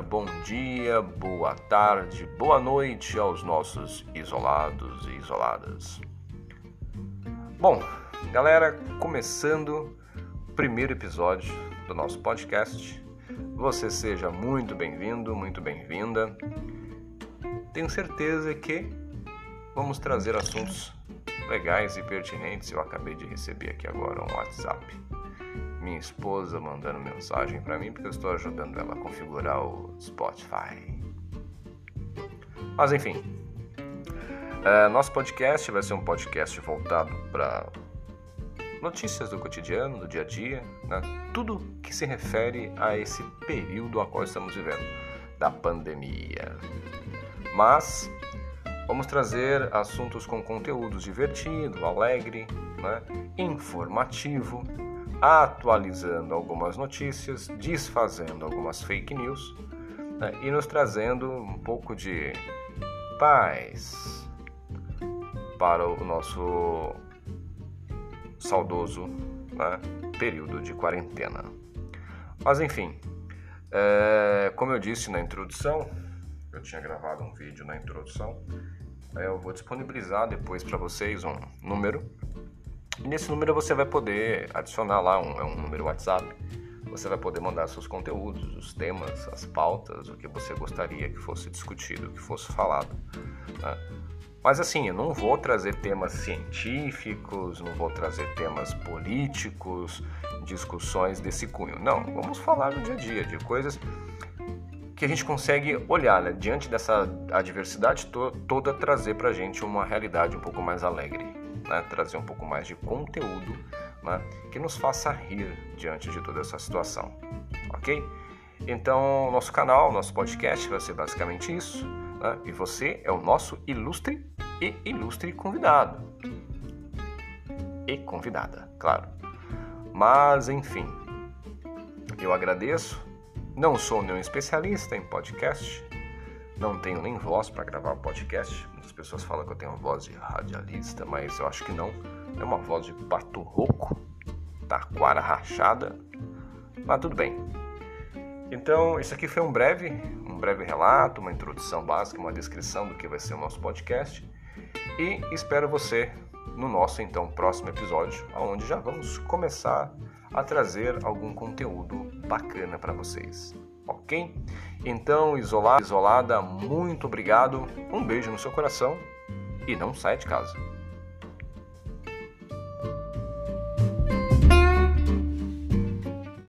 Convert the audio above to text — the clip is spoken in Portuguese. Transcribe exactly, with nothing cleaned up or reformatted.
dia, bom dia, boa tarde, boa noite aos nossos isolados e isoladas. Bom, galera, começando o primeiro episódio do nosso podcast. Você seja muito bem-vindo, muito bem-vinda. Tenho certeza que vamos trazer assuntos legais e pertinentes. Eu acabei de receber aqui agora um WhatsApp. Minha esposa mandando mensagem para mim porque eu estou ajudando ela a configurar o Spotify. Mas enfim, é, nosso podcast vai ser um podcast voltado para notícias do cotidiano, do dia a dia, né? Tudo que se refere a esse período a qual estamos vivendo, da pandemia. Mas vamos trazer assuntos com conteúdos divertido, alegre, né? Informativo, atualizando algumas notícias, desfazendo algumas fake news, né? E nos trazendo um pouco de paz para o nosso saudoso, né, período de quarentena. Mas enfim, é, como eu disse na introdução, eu tinha gravado um vídeo na introdução, eu vou disponibilizar depois para vocês um número. E nesse número você vai poder adicionar lá um, é um número WhatsApp. Você vai poder mandar seus conteúdos, os temas, as pautas, o que você gostaria que fosse discutido, que fosse falado, né? Mas assim, eu não vou trazer temas científicos, não vou trazer temas políticos, discussões desse cunho. Não, vamos falar do dia a dia, de coisas que a gente consegue olhar, né, diante dessa adversidade to- toda, trazer pra gente uma realidade um pouco mais alegre, né, trazer um pouco mais de conteúdo, né, que nos faça rir diante de toda essa situação, ok? Então, nosso canal, nosso podcast vai ser basicamente isso, né, e você é o nosso ilustre e ilustre convidado. E convidada, claro. Mas, enfim, eu agradeço. Não sou nenhum especialista em podcast, não tenho nem voz para gravar podcast. Muitas pessoas falam que eu tenho uma voz de radialista, mas eu acho que não. É uma voz de pato rouco, taquara rachada, mas tudo bem. Então, isso aqui foi um breve, um breve relato, uma introdução básica, uma descrição do que vai ser o nosso podcast. E espero você no nosso, então, próximo episódio, onde já vamos começar a trazer algum conteúdo bacana para vocês, ok? Então, isolado, isolada, muito obrigado, um beijo no seu coração e não saia de casa.